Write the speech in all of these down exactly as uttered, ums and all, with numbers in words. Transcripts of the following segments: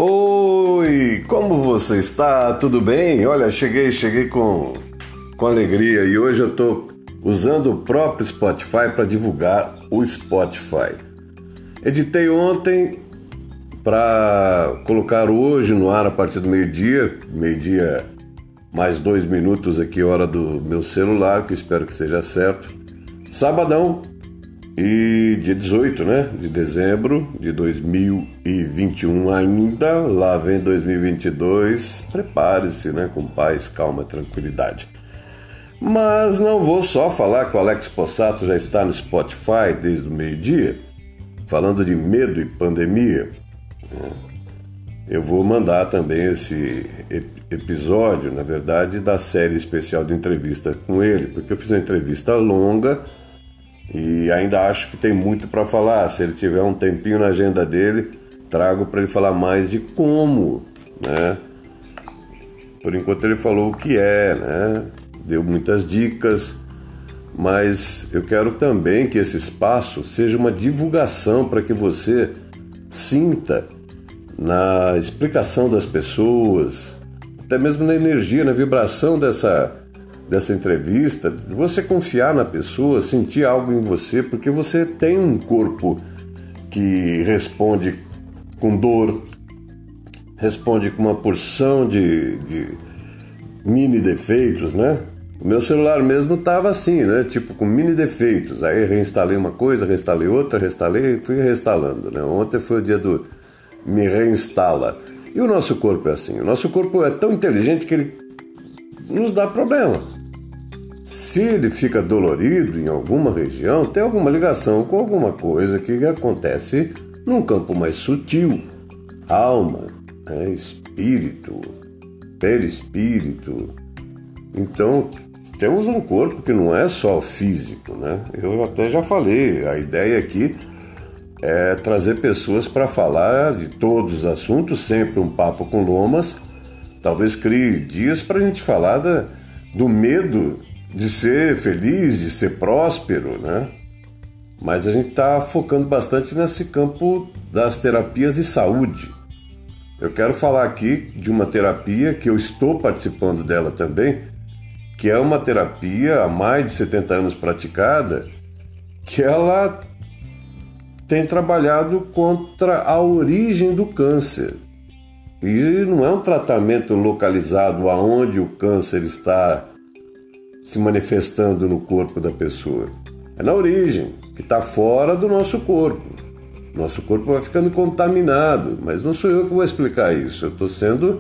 Oi, como você está? Tudo bem? Olha, cheguei, cheguei com, com alegria e hoje eu estou usando o próprio Spotify para divulgar o Spotify. Editei ontem para colocar hoje no ar a partir do meio-dia, meio-dia mais dois minutos aqui, hora do meu celular, que espero que seja certo. Sabadão e dia dezoito, né, de dezembro de dois mil e vinte e um ainda, lá vem dois mil e vinte e dois, prepare-se, né, com paz, calma, tranquilidade. Mas não vou só falar que o Alex Possato já está no Spotify desde o meio-dia, falando de medo e pandemia. Eu vou mandar também esse episódio, na verdade, da série especial de entrevista com ele, porque eu fiz uma entrevista longa e ainda acho que tem muito para falar. Se ele tiver um tempinho na agenda dele, trago para ele falar mais de como, né? Por enquanto ele falou o que é, né? Deu muitas dicas, mas eu quero também que esse espaço seja uma divulgação para que você sinta na explicação das pessoas, até mesmo na energia, na vibração dessa, dessa entrevista, você confiar na pessoa, sentir algo em você, porque você tem um corpo que responde com dor, responde com uma porção de, de mini defeitos, né? O meu celular mesmo estava assim, né? Tipo, com mini defeitos. Aí reinstalei uma coisa, reinstalei outra, reinstalei e fui reinstalando, né? Ontem foi o dia do me reinstala. E o nosso corpo é assim. O nosso corpo é tão inteligente que ele nos dá problema. Se ele fica dolorido em alguma região, tem alguma ligação com alguma coisa que acontece num campo mais sutil. Alma, né? Espírito, perispírito. Então, temos um corpo que não é só físico, né? Eu até já falei, a ideia aqui é trazer pessoas para falar de todos os assuntos, sempre um papo com lomas. Talvez crie dias para a gente falar da, do medo de ser feliz, de ser próspero, né? Mas a gente está focando bastante nesse campo das terapias de saúde. Eu quero falar aqui de uma terapia que eu estou participando dela também, que é uma terapia há mais de setenta anos praticada, que ela tem trabalhado contra a origem do câncer. E não é um tratamento localizado aonde o câncer está se manifestando no corpo da pessoa. É na origem, que está fora do nosso corpo. Nosso corpo vai ficando contaminado, mas não sou eu que vou explicar isso. Eu estou sendo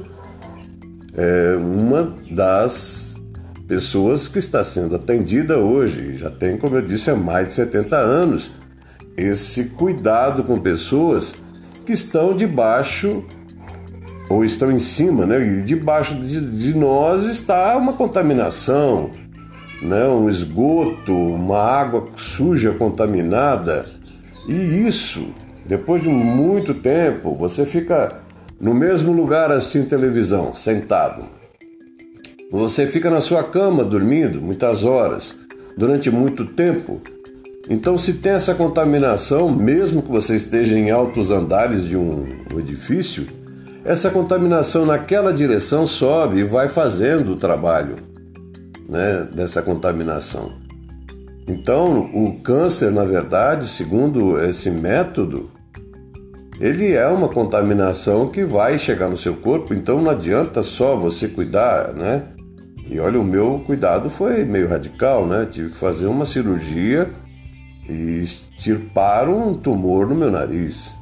é, uma das pessoas que está sendo atendida hoje. Já tem, como eu disse, há mais de setenta anos, esse cuidado com pessoas que estão debaixo ou estão em cima, né? E debaixo de, de nós está uma contaminação, né? Um esgoto, uma água suja, contaminada. E isso, depois de muito tempo, você fica no mesmo lugar assistindo televisão, sentado. Você fica na sua cama dormindo muitas horas, durante muito tempo. Então, se tem essa contaminação, mesmo que você esteja em altos andares de um edifício, essa contaminação naquela direção sobe e vai fazendo o trabalho, né, dessa contaminação. Então, o câncer, na verdade, segundo esse método, ele é uma contaminação que vai chegar no seu corpo, então não adianta só você cuidar, né? E olha, o meu cuidado foi meio radical, né? Tive que fazer uma cirurgia e extirpar um tumor no meu nariz.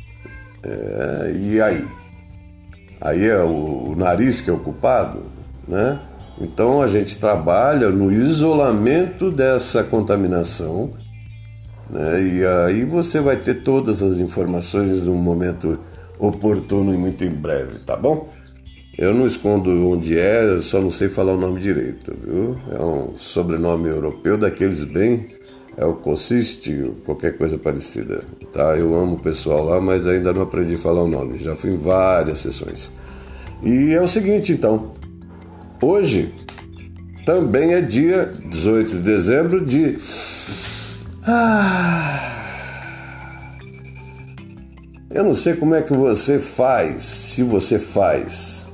É, e aí? Aí é o, o nariz que é o culpado, né? Então a gente trabalha no isolamento dessa contaminação, né? E aí você vai ter todas as informações no momento oportuno e muito em breve, tá bom? Eu não escondo onde é, eu só não sei falar o nome direito, viu? É um sobrenome europeu, daqueles bem, é o Consiste, qualquer coisa parecida, tá? Eu amo o pessoal lá, mas ainda não aprendi a falar o nome, já fui em várias sessões. E é o seguinte, então, hoje também é dia dezoito de dezembro de... Ah... Eu não sei como é que você faz, se você faz.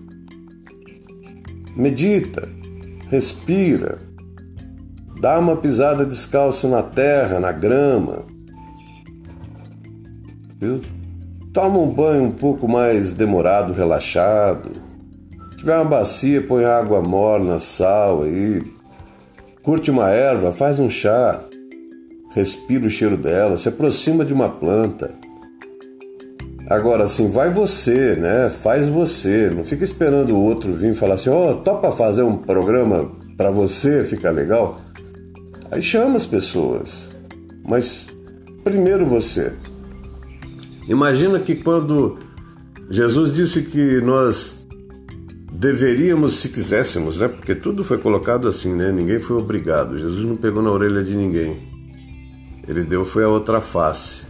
Medita, respira, dá uma pisada descalço na terra, na grama. Viu? Toma um banho um pouco mais demorado, relaxado. Se tiver uma bacia, põe água morna, sal aí. Curte uma erva, faz um chá. Respira o cheiro dela, se aproxima de uma planta. Agora, assim, vai você, né? Faz você. Não fica esperando o outro vir e falar assim, ó, oh, topa fazer um programa pra você, fica legal? Aí chama as pessoas. Mas primeiro você. Imagina que quando Jesus disse que nós deveríamos, se quiséssemos, né? Porque tudo foi colocado assim, né? Ninguém foi obrigado. Jesus não pegou na orelha de ninguém. Ele deu foi a outra face.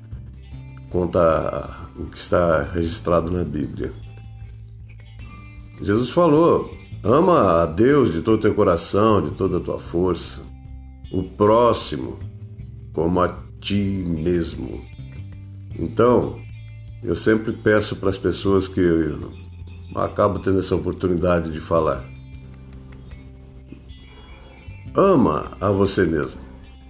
Conta o que está registrado na Bíblia. Jesus falou, ama a Deus de todo o teu coração, de toda a tua força. O próximo como a ti mesmo. Então, eu sempre peço para as pessoas que eu acabo tendo essa oportunidade de falar. Ama a você mesmo.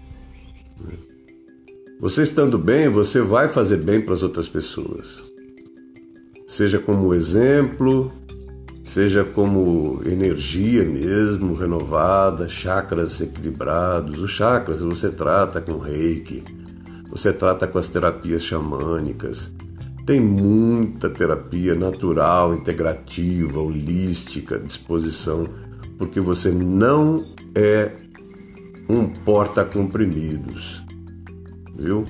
Você estando bem, você vai fazer bem para as outras pessoas. Seja como exemplo, seja como energia mesmo, renovada, chakras equilibrados. Os chakras você trata com reiki, você trata com as terapias xamânicas. Tem muita terapia natural, integrativa, holística à disposição, porque você não é um porta-comprimidos. Viu?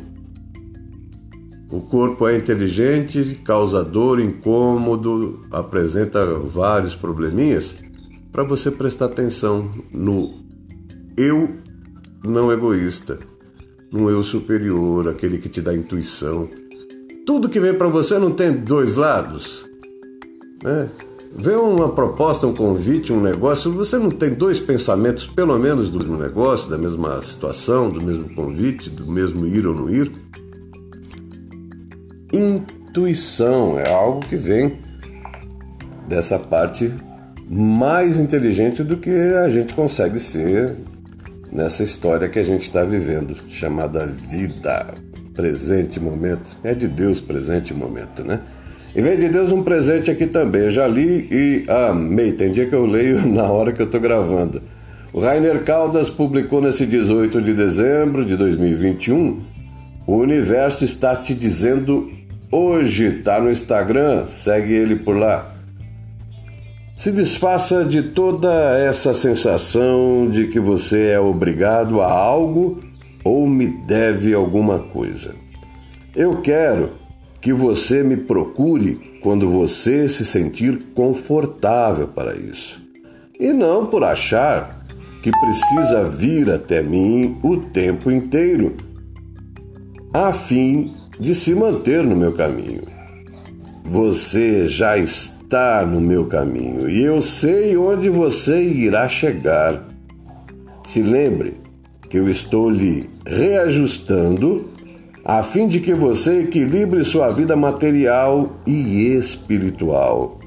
O corpo é inteligente, causador, incômodo, apresenta vários probleminhas para você prestar atenção no eu não egoísta, no eu superior, aquele que te dá intuição. Tudo que vem para você não tem dois lados, né? Vê uma proposta, um convite, um negócio, você não tem dois pensamentos, pelo menos, do mesmo negócio, da mesma situação, do mesmo convite, do mesmo ir ou não ir? Intuição é algo que vem dessa parte mais inteligente do que a gente consegue ser nessa história que a gente está vivendo, chamada vida, presente momento. É de Deus presente momento, né? E vem de Deus um presente aqui também. Eu já li e amei. Tem dia que eu leio na hora que eu estou gravando. O Rainer Caldas publicou nesse dezoito de dezembro de dois mil e vinte e um. O universo está te dizendo hoje. Está no Instagram. Segue ele por lá. Se desfaça de toda essa sensação de que você é obrigado a algo ou me deve alguma coisa. Eu quero que você me procure quando você se sentir confortável para isso. E não por achar que precisa vir até mim o tempo inteiro, a fim de se manter no meu caminho. Você já está no meu caminho e eu sei onde você irá chegar. Se lembre que eu estou lhe reajustando a fim de que você equilibre sua vida material e espiritual.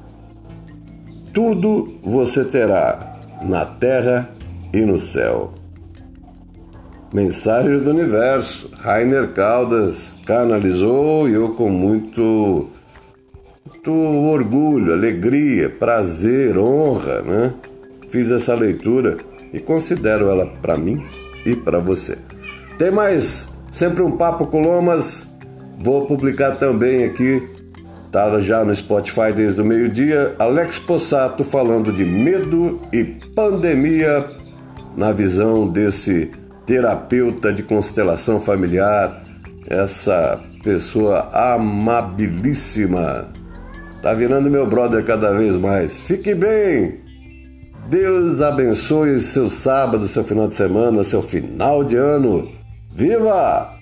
Tudo você terá na terra e no céu. Mensagem do universo. Rainer Caldas canalizou e eu com muito, muito orgulho, alegria, prazer, honra, né? Fiz essa leitura e considero ela para mim e para você. Tem mais? Sempre um Papo com Lomas, vou publicar também aqui, tá já no Spotify desde o meio-dia, Alex Possato falando de medo e pandemia na visão desse terapeuta de constelação familiar, essa pessoa amabilíssima, tá virando meu brother cada vez mais. Fique bem, Deus abençoe seu sábado, seu final de semana, seu final de ano. Viva!